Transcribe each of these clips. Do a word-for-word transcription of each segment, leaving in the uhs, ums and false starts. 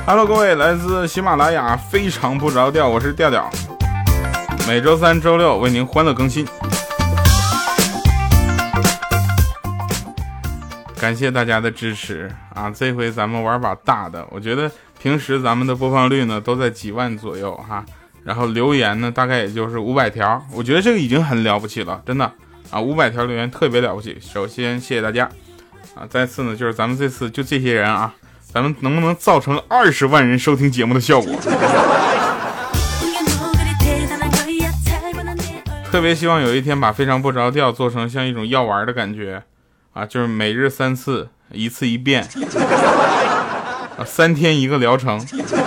Hello， 各位，来自喜马拉雅非常不着调，我是调调，每周三、周六为您欢乐更新。感谢大家的支持啊！这回咱们玩把大的，我觉得平时咱们的播放率呢都在几万左右哈，然后留言呢大概也就是五百条，我觉得这个已经很了不起了，真的啊，五百条留言特别了不起。首先谢谢大家啊，再次呢就是咱们这次就这些人啊。咱们能不能造成二十万人收听节目的效果？特别希望有一天把非常不着调做成像一种药丸的感觉啊，就是每日三次，一次一遍，啊，三天一个疗程。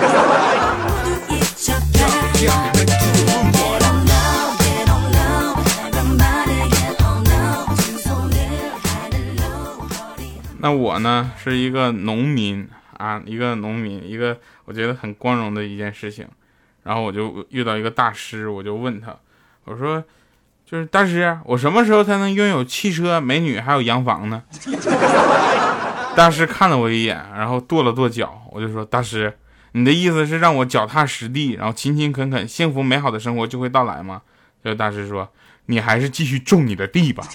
那我呢是一个农民啊，一个农民，一个我觉得很光荣的一件事情。然后我就遇到一个大师，我就问他，我说，就是大师，我什么时候才能拥有汽车、美女还有洋房呢？大师看了我一眼，然后跺了跺脚，我就说，大师，你的意思是让我脚踏实地，然后勤勤恳恳，幸福美好的生活就会到来吗？就大师说，你还是继续种你的地吧。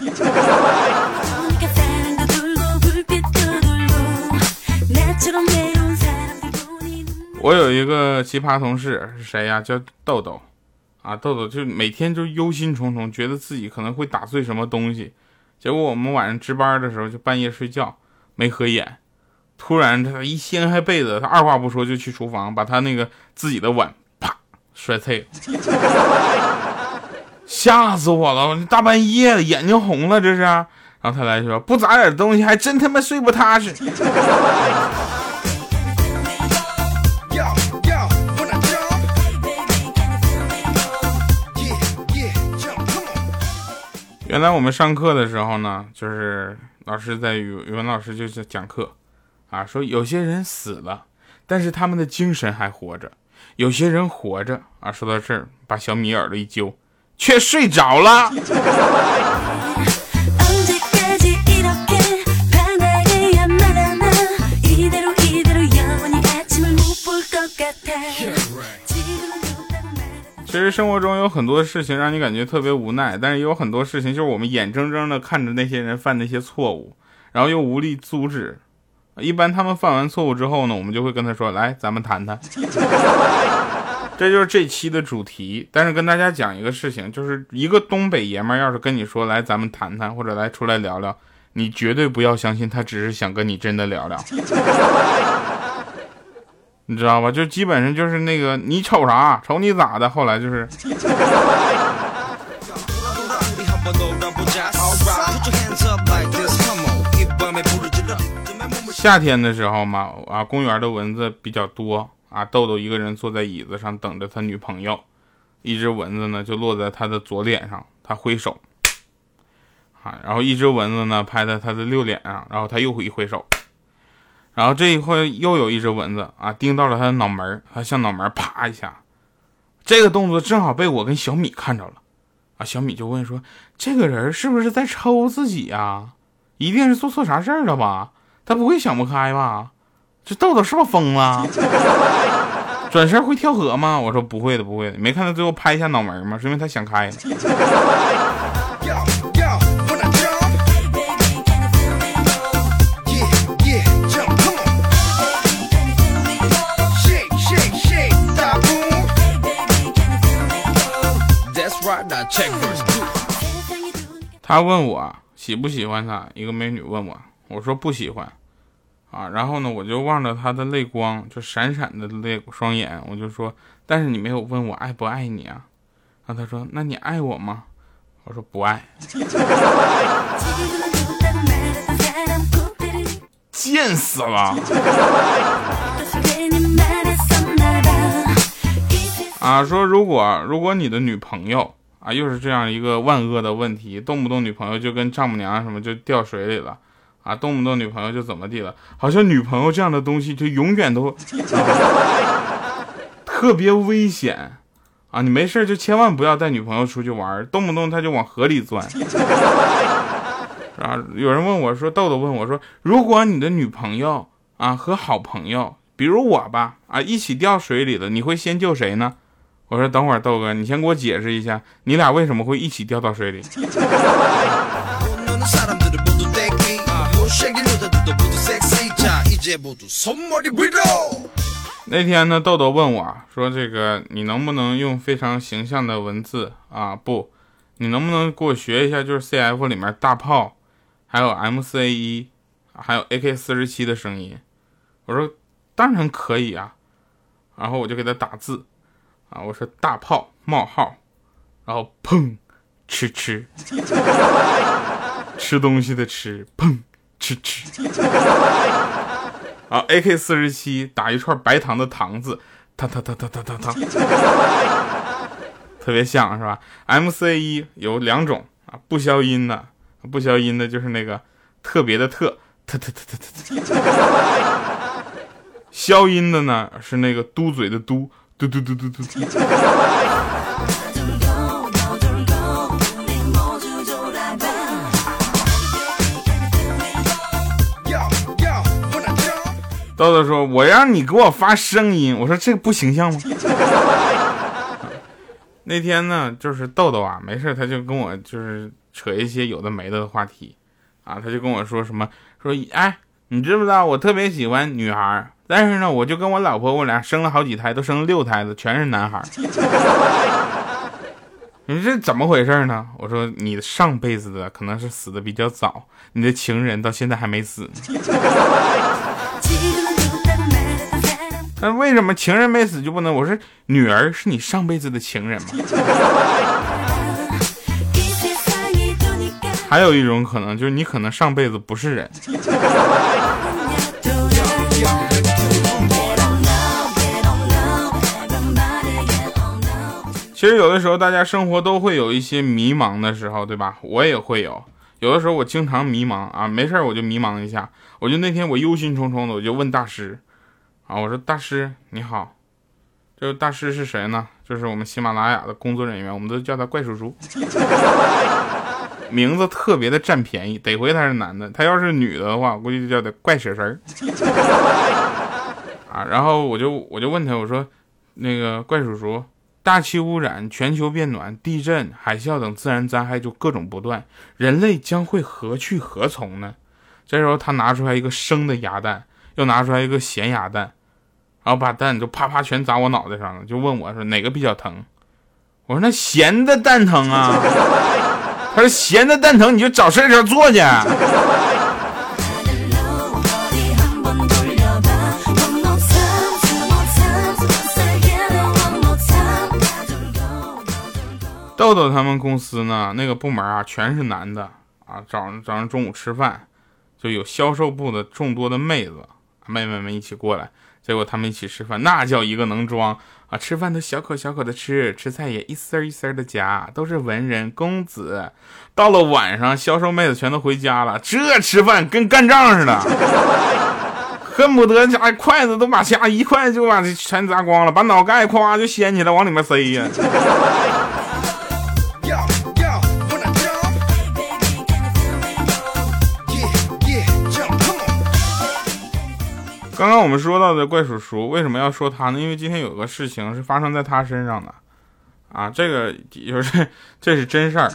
我有一个奇葩同事是谁呀？叫豆豆啊，豆豆就每天就忧心忡忡，觉得自己可能会打碎什么东西。结果我们晚上值班的时候，就半夜睡觉没合眼，突然他一掀开被子，他二话不说就去厨房，把他那个自己的碗啪摔碎了，吓死我了！大半夜的眼睛红了，这是。然后他来说，不砸点东西还真他妈睡不踏实。原来我们上课的时候呢，就是老师在语语文老师就是讲课啊，说有些人死了，但是他们的精神还活着；有些人活着啊。说到这儿，把小米耳朵一揪，却睡着了。其实生活中有很多事情让你感觉特别无奈，但是也有很多事情就是我们眼睁睁的看着那些人犯那些错误，然后又无力阻止。一般他们犯完错误之后呢，我们就会跟他说，来咱们谈谈。这就是这期的主题。但是跟大家讲一个事情，就是一个东北爷们要是跟你说来咱们谈谈，或者来出来聊聊，你绝对不要相信他只是想跟你真的聊聊。你知道吧？就基本上就是那个你瞅啥，瞅你咋的，后来就是夏天的时候嘛，啊，公园的蚊子比较多啊，豆豆一个人坐在椅子上等着他女朋友，一只蚊子呢就落在他的左脸上，他挥手啊，然后一只蚊子呢拍在他的右脸上，然后他又一挥手。然后这一会又有一只蚊子啊，叮到了他的脑门，他向脑门啪一下，这个动作正好被我跟小米看着了啊。小米就问说，这个人是不是在抽自己呀？一定是做错啥事儿了吧？他不会想不开吧？这豆豆是不是疯了？转身会跳河吗？我说不会的不会的，没看他最后拍一下脑门吗？是因为他想开了。他问我喜不喜欢他，一个美女问我，我说不喜欢啊。然后呢，我就望着他的泪光，就闪闪的泪双眼，我就说，但是你没有问我爱不爱你啊。然后他说，那你爱我吗？我说不爱。贱死了啊！说如果如果你的女朋友啊，又是这样一个万恶的问题，动不动女朋友就跟丈母娘什么就掉水里了啊，动不动女朋友就怎么地了，好像女朋友这样的东西就永远都、啊、特别危险啊！你没事就千万不要带女朋友出去玩，动不动她就往河里钻。啊，有人问我说，豆豆问我说，如果你的女朋友啊和好朋友比如我吧，啊，一起掉水里了，你会先救谁呢？我说等会儿豆哥，你先给我解释一下，你俩为什么会一起掉到水里？那天呢，豆豆问我说：“这个你能不能用非常形象的文字啊？不，你能不能给我学一下，就是 C F 里面大炮，还有 M 四 A 一，还有 A K 四十七的声音？”我说：“当然可以啊。”然后我就给他打字啊，我说大炮冒号，然后砰，吃吃，吃东西的吃，砰，吃吃。啊 ，A K 四十七打一串白糖的糖字，糖糖糖糖糖糖糖，特别像是吧 ？M 四 A 一有两种啊，不消音的，不消音的就是那个特别的特，特特特特特特，消音的呢是那个嘟嘴的嘟，嘟嘟嘟嘟嘟嘟。豆豆说：“我让你给我发声音。”我说：“这个不形象吗？”那天呢，就是豆豆啊，没事他就跟我就是扯一些有的没的话题啊，他就跟我说什么说：“哎，你知不知道我特别喜欢女孩，但是呢，我就跟我老婆我俩生了好几胎，都生了六胎子，全是男孩。”你这怎么回事呢？我说：“你的上辈子的可能是死的比较早，你的情人到现在还没死。”那为什么情人没死就不能？我说女儿是你上辈子的情人吗？还有一种可能就是你可能上辈子不是人。其实有的时候大家生活都会有一些迷茫的时候，对吧？我也会有，有的时候我经常迷茫啊，没事我就迷茫一下。我就那天我忧心忡忡的，我就问大师啊，我说大师你好，这个大师是谁呢？就是我们喜马拉雅的工作人员，我们都叫他怪叔叔，名字特别的占便宜，得亏他是男的，他要是女的的话，我估计就叫他怪婶婶啊。然后我就我就问他，我说那个怪叔叔，大气污染、全球变暖、地震、海啸等自然灾害就各种不断，人类将会何去何从呢？这时候他拿出来一个生的鸭蛋，又拿出来一个咸鸭蛋，然后把蛋就啪啪全砸我脑袋上了，就问我说哪个比较疼？我说那咸的蛋疼啊。他说咸的蛋疼你就找事儿做去。豆豆他们公司呢，那个部门啊全是男的啊，早上早上中午吃饭就有销售部的众多的妹子妹妹们一起过来，结果他们一起吃饭，那叫一个能装啊！吃饭都小口小口的吃，吃菜也一丝一丝的夹，都是文人公子。到了晚上，销售妹子全都回家了，这吃饭跟干仗似的，恨不得家筷子都把夹一块就把这全砸光了，把脑盖夸就掀起来往里面塞呀。刚刚我们说到的怪叔叔为什么要说他呢？因为今天有个事情是发生在他身上的啊，这个就是这是真事儿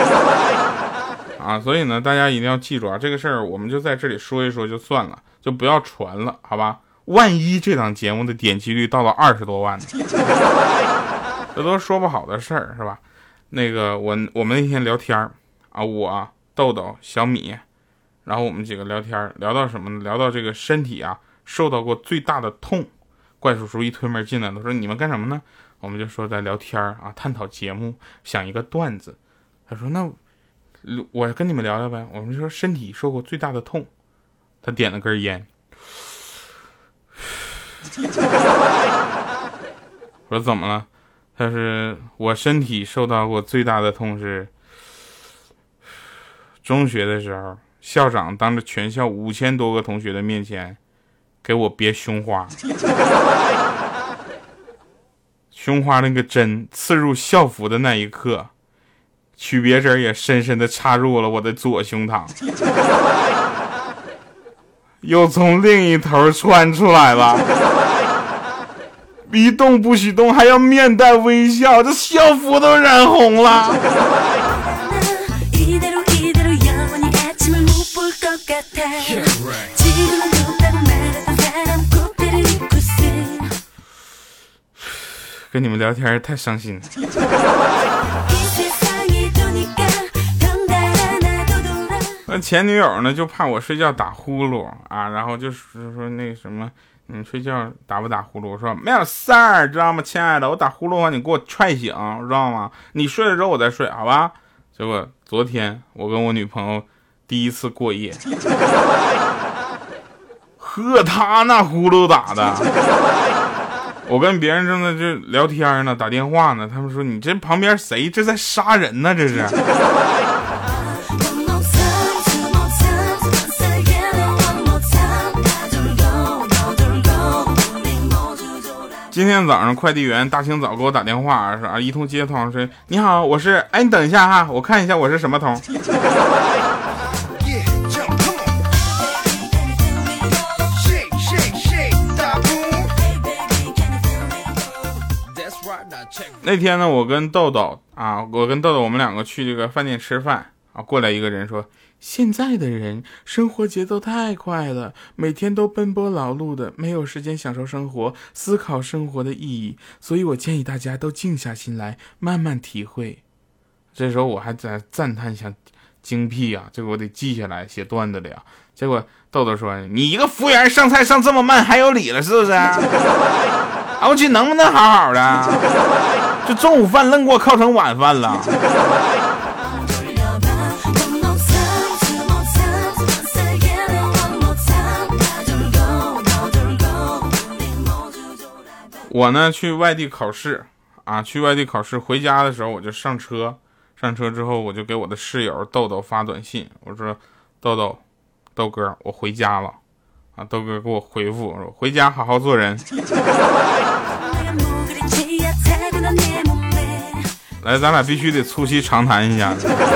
啊，所以呢大家一定要记住啊，这个事儿我们就在这里说一说就算了，就不要传了，好吧？万一这档节目的点击率到了二十多万呢，这都说不好的事儿是吧？那个我我们那天聊天啊，我豆豆小米，然后我们几个聊天聊到什么呢？聊到这个身体啊受到过最大的痛。怪叔叔一推门进来了，说你们干什么呢？我们就说在聊天啊，探讨节目，想一个段子。他说那我跟你们聊聊呗。我们就说身体受过最大的痛。他点了根烟。我说怎么了？他是我身体受到过最大的痛是中学的时候，校长当着全校五千多个同学的面前给我别胸花，胸花那个针刺入校服的那一刻，曲别针也深深地插入了我的左胸膛。 又从另一头窜出来了，一动不许动，还要面带微笑，这校服都染红了。跟你们聊天太伤心了。那前女友呢，就怕我睡觉打呼噜啊，然后就是说那什么，你睡觉打不打呼噜？我说没有事儿，知道吗，亲爱的，我打呼噜的话，你给我踹醒，知道吗？你睡了之后我再睡，好吧？结果昨天我跟我女朋友第一次过夜，呵，她那呼噜打的。我跟别人正在这聊天呢，打电话呢，他们说你这旁边谁？这在杀人呢？这是。今天早上快递员大清早给我打电话，是啊，一通接通，说你好，我是，哎，你等一下哈，我看一下我是什么通。那天呢，我跟豆豆啊，我跟豆豆我们两个去这个饭店吃饭啊，过来一个人说，现在的人生活节奏太快了，每天都奔波劳碌的，没有时间享受生活，思考生活的意义，所以我建议大家都静下心来，慢慢体会。这时候我还在赞叹一下精辟啊，这个我得记下来写段子里啊。结果豆豆说，你一个服务员上菜上这么慢，还有理了是不是？啊，我去能不能好好的？这中午饭愣给我靠成晚饭了。我呢去外地考试啊，去外地考试回家的时候我就上车，上车之后我就给我的室友豆豆发短信，我说豆豆豆哥我回家了啊，豆哥给我回复说回家好好做人。来，咱俩必须得促膝长谈一下。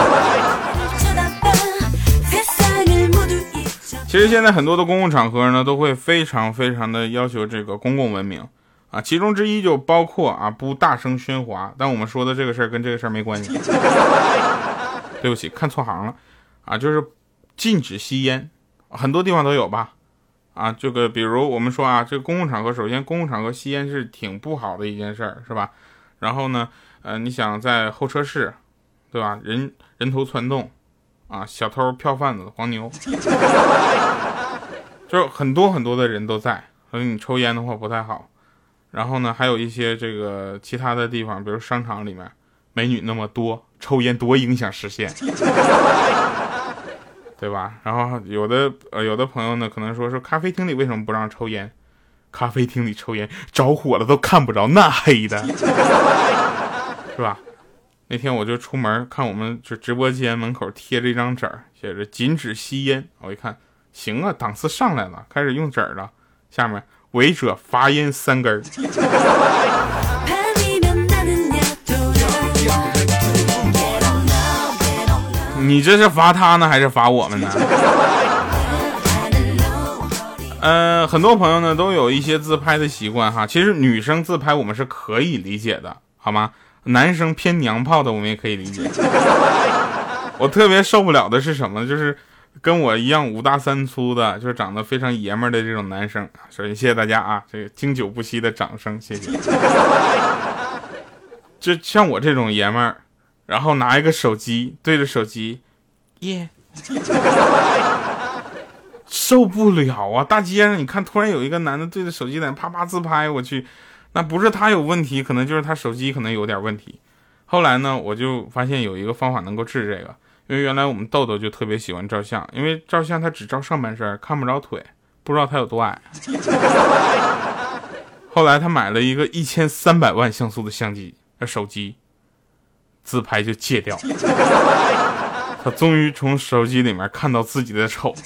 其实现在很多的公共场合呢，都会非常非常的要求这个公共文明啊，其中之一就包括啊不大声喧哗。但我们说的这个事儿跟这个事儿没关系。对不起，看错行了啊，就是禁止吸烟，很多地方都有吧？啊，这个比如我们说啊，这个公共场合，首先公共场合吸烟是挺不好的一件事儿，是吧？然后呢，呃，你想在候车室，对吧？人人头攒动，啊，小偷、票贩子、黄牛，就很多很多的人都在，所以你抽烟的话不太好。然后呢，还有一些这个其他的地方，比如商场里面美女那么多，抽烟多影响视线。对吧？然后有的呃有的朋友呢，可能说说咖啡厅里为什么不让抽烟？咖啡厅里抽烟着火了都看不着，那黑的，是吧？那天我就出门看我们就直播间门口贴着一张纸儿，写着禁止吸烟。我一看，行啊，档次上来了，开始用纸儿了。下面违者罚烟三根。你这是罚他呢还是罚我们呢？呃，很多朋友呢都有一些自拍的习惯哈，其实女生自拍我们是可以理解的，好吗？男生偏娘炮的我们也可以理解。我特别受不了的是什么？就是跟我一样五大三粗的，就是长得非常爷们儿的这种男生。首先谢谢大家啊，这个经久不息的掌声，谢谢。就像我这种爷们儿。然后拿一个手机对着手机，耶、yeah ，受不了啊！大街上你看，突然有一个男的对着手机在那啪啪自拍，我去，那不是他有问题，可能就是他手机可能有点问题。后来呢，我就发现有一个方法能够治这个，因为原来我们豆豆就特别喜欢照相，因为照相他只照上半身，看不着腿，不知道他有多矮。后来他买了一个一千三百万像素的相机，呃，手机。自拍就戒掉，他终于从手机里面看到自己的丑。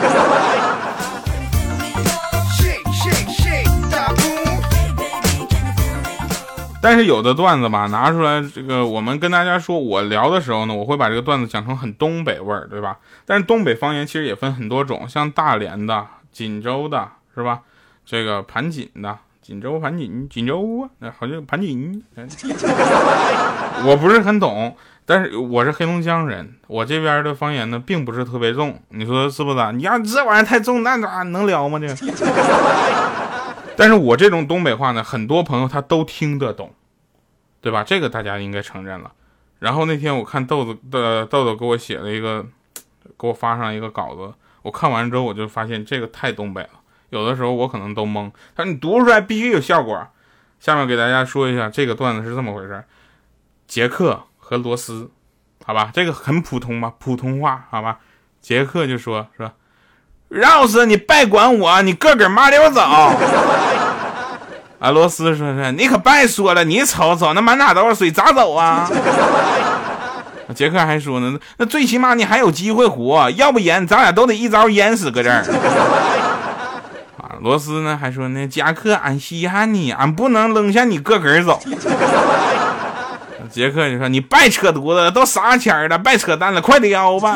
但是有的段子吧，拿出来这个我们跟大家说，我聊的时候呢，我会把这个段子讲成很东北味儿，对吧？但是东北方言其实也分很多种，像大连的、 锦州的是吧？这个盘锦的，锦州盘锦，锦州啊，好像盘锦。我不是很懂，但是我是黑龙江人，我这边的方言呢并不是特别重，你说是不是？你要这玩意儿太重，那咋能聊吗？这个。但是我这种东北话呢，很多朋友他都听得懂，对吧？这个大家应该承认了。然后那天我看豆子的豆豆给我写了一个，给我发上一个稿子，我看完之后我就发现这个太东北了。有的时候我可能都懵，他说你读出来必须有效果。下面给大家说一下这个段子是这么回事：杰克和罗斯，好吧，这个很普通吧，普通话，好吧。杰克就说说，绕死你别管我，你个个麻溜走。啊，罗斯说是你可别说了，你瞅瞅那满哪都是水，咋走啊？杰克还说呢，那最起码你还有机会活，要不然咱俩都得一招淹死搁这儿。罗斯呢还说呢，夹克俺稀罕你，俺不能扔下你个个走。杰克就说你别扯犊子，都啥钱了，别扯淡了，快聊吧。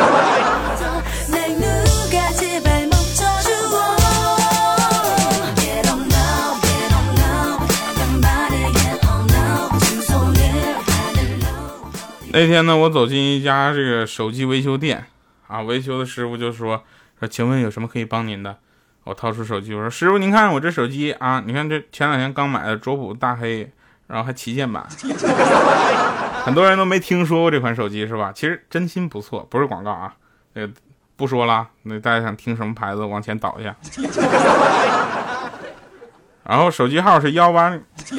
那天呢，我走进一家这个手机维修店啊，维修的师傅就说说，请问有什么可以帮您的？我掏出手机，我说师傅您看我这手机啊，你看这前两天刚买的卓普大黑，然后还旗舰版。很多人都没听说过这款手机是吧？其实真心不错，不是广告啊。那个不说了，那大家想听什么牌子往前倒一下。然后手机号是幺八。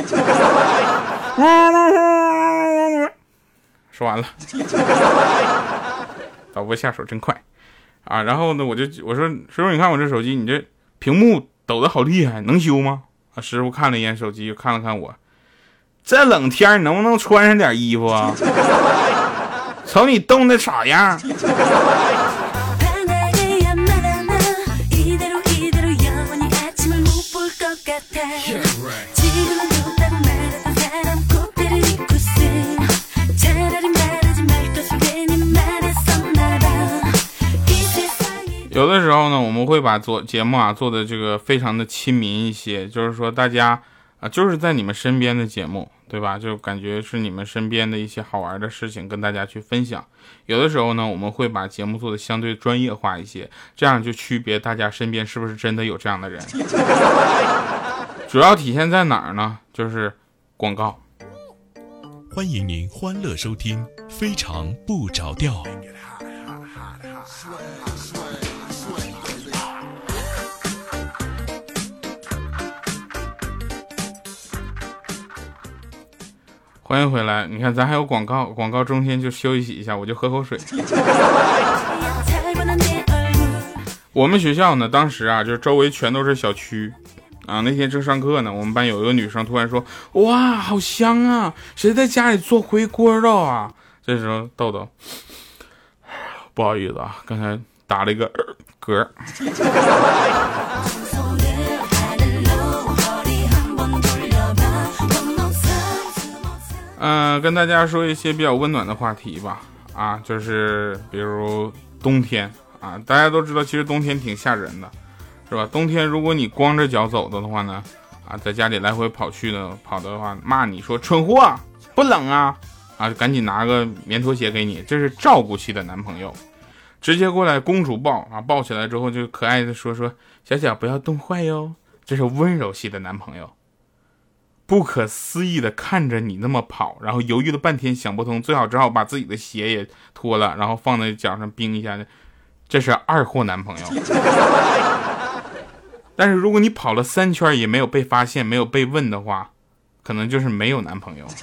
说完了。导播下手真快啊！然后呢，我就我说师傅，你看我这手机，你这屏幕抖得好厉害，能修吗？啊，师傅看了一眼手机，又看了看我，这冷天你能不能穿上点衣服啊？瞅你冻的啥样？有的时候呢，我们会把做节目啊做的这个非常的亲民一些，就是说大家啊，就是在你们身边的节目，对吧？就感觉是你们身边的一些好玩的事情跟大家去分享。有的时候呢，我们会把节目做的相对专业化一些，这样就区别大家身边是不是真的有这样的人。主要体现在哪儿呢？就是广告。 欢迎您欢乐收听非常不着调。 欢迎回来，你看咱还有广告，广告中间就休息一下，我就喝口水。我们学校呢，当时啊，就是周围全都是小区啊。那天正上课呢，我们班有一个女生突然说：“哇，好香啊！谁在家里做回锅肉啊？”这时候豆豆，不好意思啊，刚才打了一个嗝。嗯、呃，跟大家说一些比较温暖的话题吧。啊，就是比如冬天啊，大家都知道，其实冬天挺吓人的，是吧？冬天如果你光着脚走的的话呢，啊，在家里来回跑去呢，跑的话骂你说蠢货，不冷啊，啊，就赶紧拿个棉拖鞋给你，这是照顾系的男朋友。直接过来公主抱啊，抱起来之后就可爱的说说小脚不要冻坏哟，这是温柔系的男朋友。不可思议的看着你那么跑，然后犹豫了半天想不通，最好只好把自己的鞋也脱了，然后放在脚上冰一下，这是二货男朋友。但是如果你跑了三圈也没有被发现，没有被问的话，可能就是没有男朋友。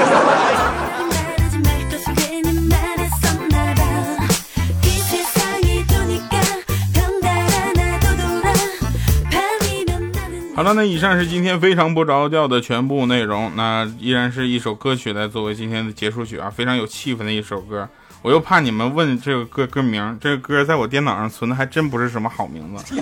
好了，那以上是今天非常不着调的全部内容，那依然是一首歌曲来作为今天的结束曲啊，非常有气氛的一首歌。我又怕你们问这个歌歌名，这个歌在我电脑上存的还真不是什么好名字。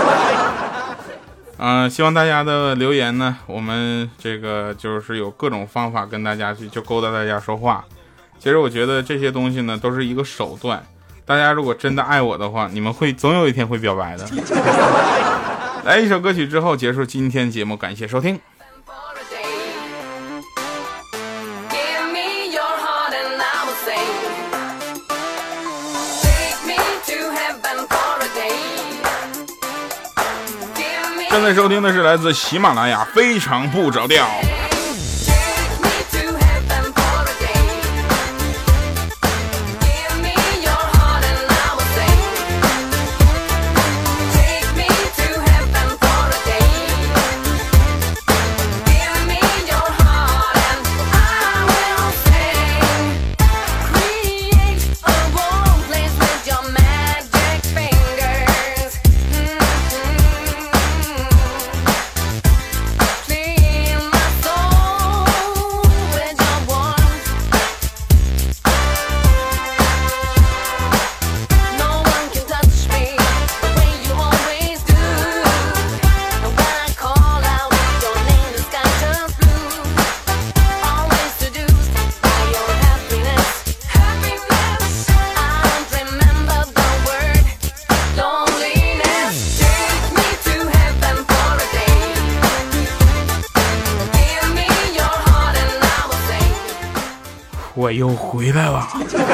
嗯、呃，希望大家的留言呢，我们这个就是有各种方法跟大家去就勾搭大家说话。其实我觉得这些东西呢都是一个手段， 大家如果真的爱我的话，你们会总有一天会表白的。来一首歌曲之后结束今天节目，感谢收听。正在收听的是来自喜马拉雅非常不着调。我又回来了。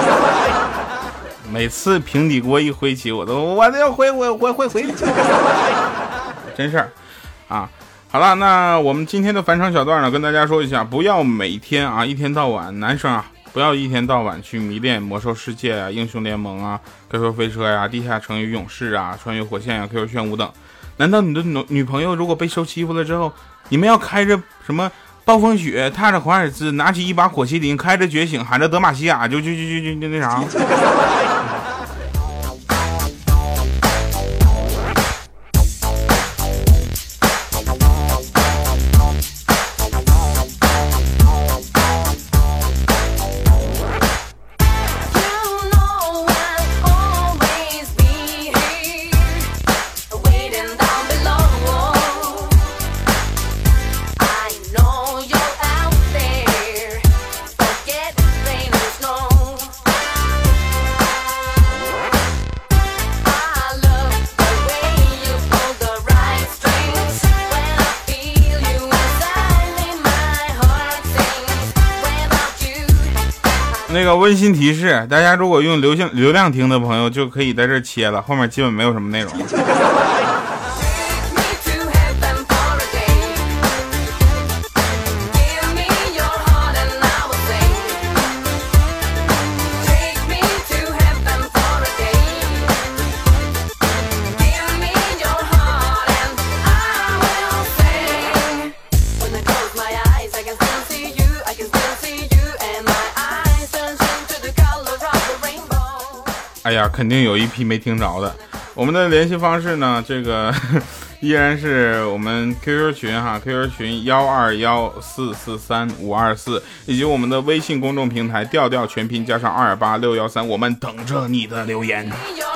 每次平底锅一挥起，我都我都要回我我会回，真事儿啊。好了，那我们今天的返场小段呢，跟大家说一下，不要每天啊一天到晚，男生啊不要一天到晚去迷恋魔兽世界啊、英雄联盟啊、Q Q 飞车呀、地下城与勇士啊、穿越火线呀、Q Q 炫舞等。难道你的女女朋友如果被受欺负了之后，你们要开着什么暴风雪，踏着华尔兹，拿起一把火麒麟，开着觉醒，喊着德玛西亚，就就就就就就那啥？那个温馨提示，大家如果用流向流量听的朋友就可以在这切了，后面基本没有什么内容。哎呀，肯定有一批没听着的。我们的联系方式呢，这个依然是我们 Q Q 群哈 ，Q Q 群幺二幺四四三五二四，以及我们的微信公众平台调调全拼加上二八六幺三，我们等着你的留言。